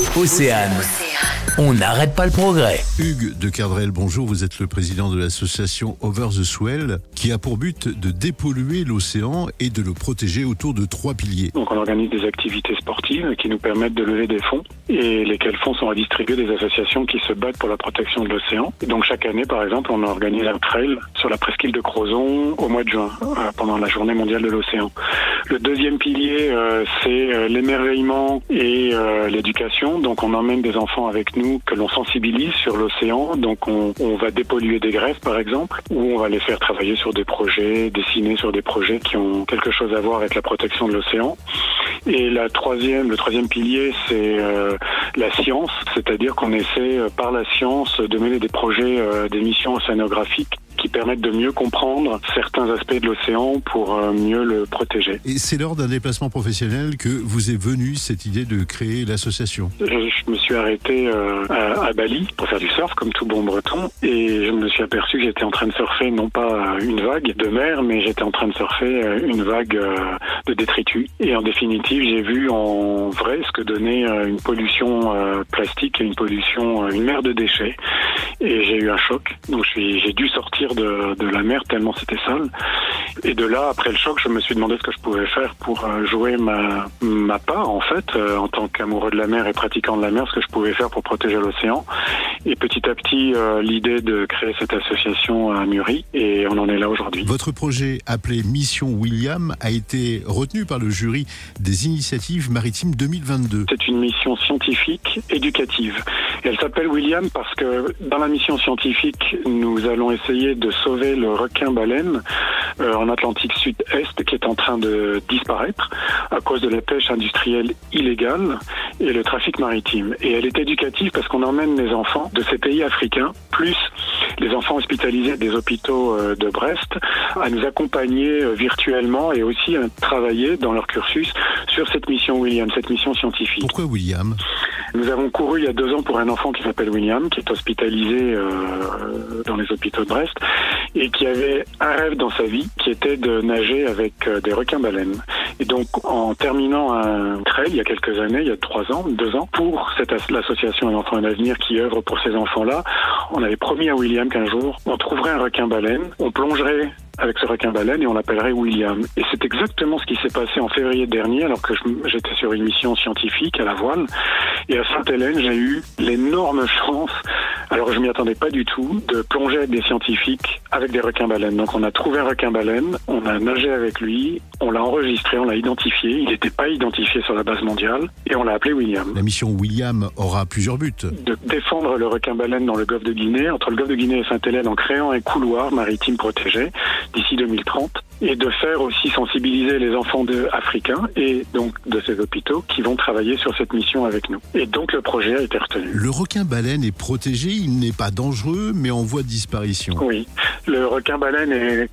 Océane. On n'arrête pas le progrès. Hugues de Kerdrel, bonjour. Vous êtes le président de l'association Over the Swell qui a pour but de dépolluer l'océan et de le protéger autour de 3 piliers. Donc on organise des activités sportives qui nous permettent de lever des fonds et lesquels fonds sont redistribués des associations qui se battent pour la protection de l'océan. Et donc chaque année, par exemple, on organise un trail sur la presqu'île de Crozon au mois de juin, pendant la journée mondiale de l'océan. Le deuxième pilier, c'est l'émerveillement et l'éducation. Donc on emmène des enfants avec nous que l'on sensibilise sur l'océan. Donc on va dépolluer des grèves par exemple, ou on va les faire travailler sur des projets, dessiner sur des projets qui ont quelque chose à voir avec la protection de l'océan. Et le troisième pilier, c'est la science, c'est-à-dire qu'on essaie par la science de mener des projets, des missions océanographiques qui permettent de mieux comprendre certains aspects de l'océan pour mieux le protéger. Et c'est lors d'un déplacement professionnel que vous est venue cette idée de créer l'association. Je me suis arrêté à Bali pour faire du surf comme tout bon breton et je me suis aperçu que j'étais en train de surfer non pas une vague de mer, mais j'étais en train de surfer une vague de détritus. Et en définitive, j'ai vu en vrai ce que donnait une pollution plastique et une mer de déchets. Et j'ai eu un choc. Donc j'ai dû sortir de la mer tellement c'était sale. Et de là, après le choc, je me suis demandé ce que je pouvais faire pour jouer ma part, en fait, en tant qu'amoureux de la mer et pratiquant de la mer, ce que je pouvais faire pour protéger l'océan. Et petit à petit, l'idée de créer cette association a mûri et on en est là aujourd'hui. Votre projet, appelé Mission William, a été retenu par le jury des initiatives maritimes 2022. C'est une mission scientifique, éducative. Et elle s'appelle William parce que dans la mission scientifique, nous allons essayer de sauver le requin-baleine en Atlantique Sud-Est qui est en train de disparaître à cause de la pêche industrielle illégale et le trafic maritime. Et elle est éducative parce qu'on emmène les enfants de ces pays africains, plus les enfants hospitalisés des hôpitaux de Brest, à nous accompagner virtuellement et aussi à travailler dans leur cursus sur cette mission William, cette mission scientifique. Pourquoi William ? Nous avons couru il y a 2 ans pour un enfant qui s'appelle William, qui est hospitalisé dans les hôpitaux de Brest et qui avait un rêve dans sa vie qui était de nager avec des requins-baleines. Et donc en terminant un trail il y a quelques années, il y a 2 ans, pour l'association Un enfant et un avenir qui œuvre pour ces enfants-là, on avait promis à William qu'un jour on trouverait un requin-baleine, on plongerait avec ce requin-baleine et on l'appellerait William. Et c'est exactement ce qui s'est passé en février dernier alors que j'étais sur une mission scientifique à la voile. Et à Sainte-Hélène, j'ai eu l'énorme chance, alors je m'y attendais pas du tout, de plonger avec des scientifiques avec des requins-baleines. Donc on a trouvé un requin-baleine, on a nagé avec lui, on l'a enregistré, on l'a identifié. Il n'était pas identifié sur la base mondiale et on l'a appelé William. La mission William aura plusieurs buts. De défendre le requin-baleine dans le golfe de Guinée, entre le golfe de Guinée et Sainte-Hélène, en créant un couloir maritime protégé d'ici 2030 et de faire aussi sensibiliser les enfants africains et donc de ces hôpitaux qui vont travailler sur cette mission avec nous. Et donc le projet a été retenu. Le requin-baleine est protégé, il n'est pas dangereux mais en voie de disparition. Oui, le requin-baleine est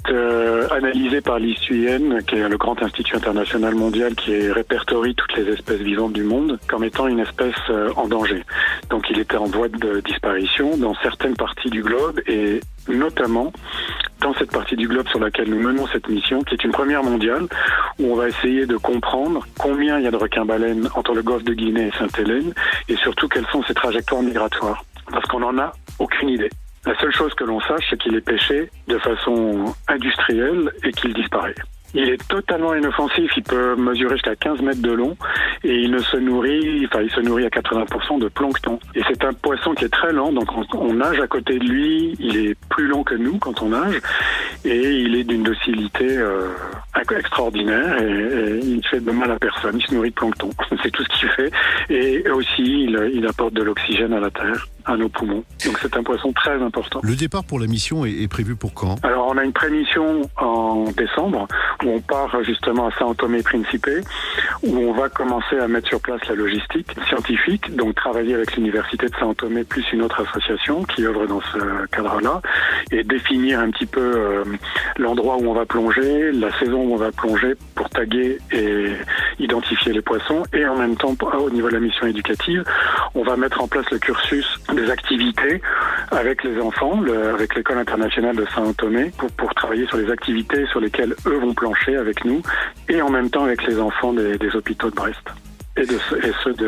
analysé par l'ICN, qui est le grand institut international mondial qui répertorie toutes les espèces vivantes du monde, comme étant une espèce en danger. Donc il était en voie de disparition dans certaines parties du globe et notamment dans cette partie du globe sur laquelle nous menons cette mission, qui est une première mondiale, où on va essayer de comprendre combien il y a de requins-baleines entre le golfe de Guinée et Sainte-Hélène, et surtout quelles sont ces trajectoires migratoires. Parce qu'on n'en a aucune idée. La seule chose que l'on sache, c'est qu'il est pêché de façon industrielle et qu'il disparaît. Il est totalement inoffensif, il peut mesurer jusqu'à 15 mètres de long et il se nourrit à 80% de plancton. Et c'est un poisson qui est très lent, donc on nage à côté de lui, il est plus lent que nous quand on nage et il est d'une docilité extraordinaire et il ne fait de mal à personne, il se nourrit de plancton, c'est tout ce qu'il fait. Et aussi il apporte de l'oxygène à la terre, à nos poumons. Donc c'est un poisson très important. Le départ pour la mission est prévu pour quand ? Alors on a une pré-mission en décembre où on part justement à Sao Tomé et Principe, où on va commencer à mettre sur place la logistique scientifique, donc travailler avec l'université de Sao Tomé plus une autre association qui œuvre dans ce cadre-là, et définir un petit peu l'endroit où on va plonger, la saison où on va plonger pour taguer et identifier les poissons, et en même temps, au niveau de la mission éducative, on va mettre en place le cursus des activités avec les enfants, avec l'école internationale de Sao Tomé, pour travailler sur les activités sur lesquelles eux vont plancher avec nous, et en même temps avec les enfants des hôpitaux de Brest et ceux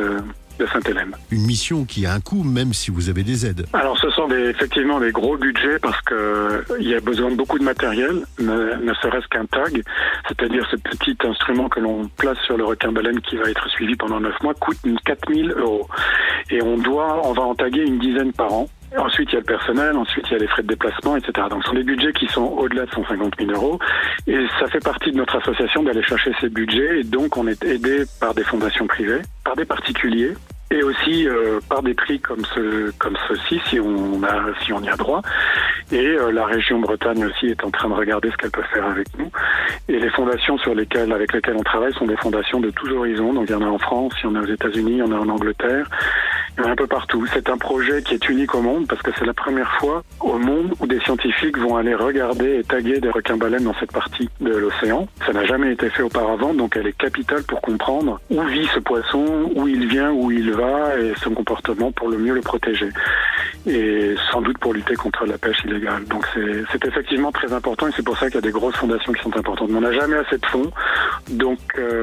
de Sainte-Hélène. Une mission qui a un coût, même si vous avez des aides. Alors ce sont effectivement des gros budgets parce que il y a besoin de beaucoup de matériel, ne serait-ce qu'un tag, c'est-à-dire ce petit instrument que l'on place sur le requin-baleine qui va être suivi pendant 9 mois, coûte 4 000 €. Et on va en taguer une dizaine par an. Ensuite, il y a le personnel, ensuite il y a les frais de déplacement, etc. Donc ce sont des budgets qui sont au-delà de 150 000 €. Et ça fait partie de notre association d'aller chercher ces budgets. Et donc on est aidé par des fondations privées, par des particuliers, et aussi par des prix comme ceci, si on y a droit. Et la région Bretagne aussi est en train de regarder ce qu'elle peut faire avec nous. Et les fondations avec lesquelles on travaille sont des fondations de tous horizons. Donc il y en a en France, il y en a aux États-Unis, il y en a en Angleterre. Il y en a un peu partout. C'est un projet qui est unique au monde parce que c'est la première fois au monde où des scientifiques vont aller regarder et taguer des requins-baleines dans cette partie de l'océan. Ça n'a jamais été fait auparavant, donc elle est capitale pour comprendre où vit ce poisson, où il vient, où il va et son comportement pour le mieux le protéger. Et sans doute pour lutter contre la pêche illégale. Donc c'est effectivement très important et c'est pour ça qu'il y a des grosses fondations qui sont importantes. Mais on n'a jamais assez de fonds, donc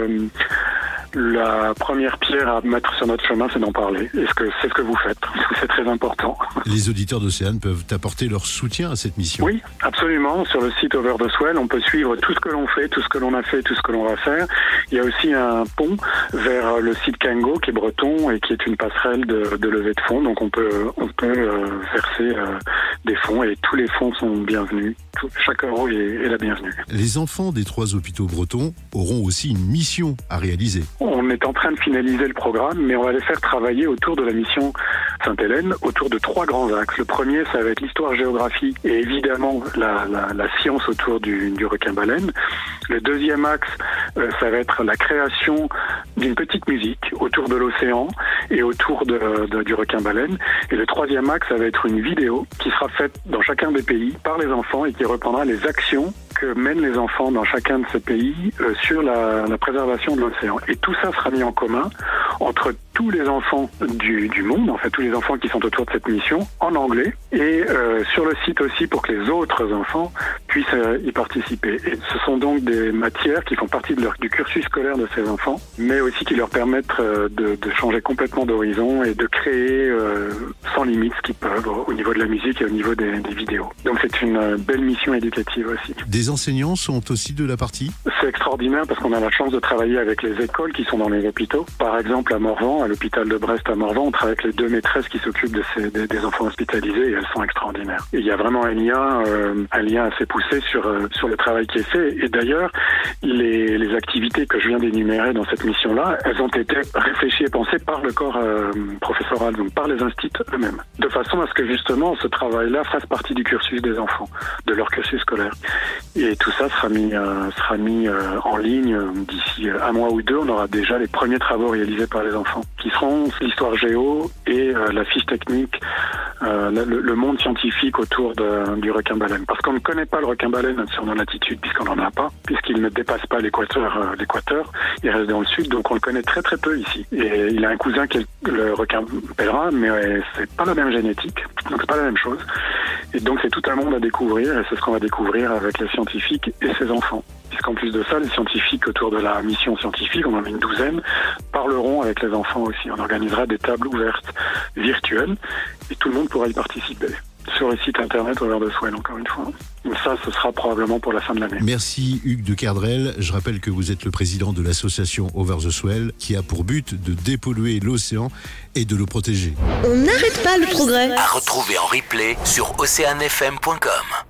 la première pierre à mettre sur notre chemin, c'est d'en parler. Et c'est ce que vous faites. C'est très important. Les auditeurs d'Océane peuvent apporter leur soutien à cette mission. Oui, absolument. Sur le site Over the Swell, on peut suivre tout ce que l'on fait, tout ce que l'on a fait, tout ce que l'on va faire. Il y a aussi un pont vers le site Kango, qui est breton et qui est une passerelle de levée de fonds. Donc on peut verser des fonds et tous les fonds sont bienvenus. Chaque euro est la bienvenue. Les enfants des 3 hôpitaux bretons auront aussi une mission à réaliser. On est en train de finaliser le programme, mais on va les faire travailler autour de la mission Sainte-Hélène, autour de 3 grands axes. Le premier, ça va être l'histoire-géographie et évidemment la science autour du requin-baleine. Le deuxième axe, ça va être la création d'une petite musique autour de l'océan et autour du requin-baleine. Et le troisième axe, ça va être une vidéo qui sera faite dans chacun des pays par les enfants et qui reprendra les actions que mènent les enfants dans chacun de ces pays sur la préservation de l'océan. Et tout ça sera mis en commun entre tous les enfants du monde, en fait tous les enfants qui sont autour de cette mission, en anglais, et sur le site aussi pour que les autres enfants puissent y participer. Et ce sont donc des matières qui font partie du cursus scolaire de ces enfants, mais aussi qui leur permettent de changer complètement d'horizon et de créer sans limite ce qu'ils peuvent au niveau de la musique et au niveau des vidéos. Donc c'est une belle mission éducative aussi. Des enseignants sont aussi de la partie ? C'est extraordinaire parce qu'on a la chance de travailler avec les écoles qui sont dans les hôpitaux. Par exemple, à Morvan, à l'hôpital de Brest à Morvan, on travaille avec les 2 maîtresses qui s'occupent des enfants hospitalisés et elles sont extraordinaires. Et il y a vraiment un lien assez poussé sur le travail qui est fait. Et d'ailleurs, les activités que je viens d'énumérer dans cette mission-là, elles ont été réfléchies et pensées par le corps professoral, donc par les instituts eux-mêmes, de façon à ce que justement ce travail-là fasse partie du cursus des enfants, de leur cursus scolaire. Et tout ça sera mis en ligne d'ici 1 mois ou 2. On aura déjà les premiers travaux réalisés par les enfants, qui seront l'histoire géo et la fiche technique, le monde scientifique autour du requin-baleine. Parce qu'on ne connaît pas le requin-baleine sur nos latitudes, puisqu'on n'en a pas, puisqu'il ne dépasse pas l'équateur, il reste dans le sud, donc on le connaît très très peu ici. Et il a un cousin qui est le requin pèlerin, mais c'est pas la même génétique, donc c'est pas la même chose. Et donc c'est tout un monde à découvrir, et c'est ce qu'on va découvrir avec les scientifiques et ses enfants. Puisqu'en plus de ça, les scientifiques autour de la mission scientifique, on en a une 12aine, parleront avec les enfants aussi. On organisera des tables ouvertes virtuelles et tout le monde pourra y participer. Sur le site internet Over the Swell, encore une fois. Et ça, ce sera probablement pour la fin de l'année. Merci Hugues de Kerdrel. Je rappelle que vous êtes le président de l'association Over the Swell qui a pour but de dépolluer l'océan et de le protéger. On n'arrête pas le progrès. À retrouver en replay sur oceanfm.com.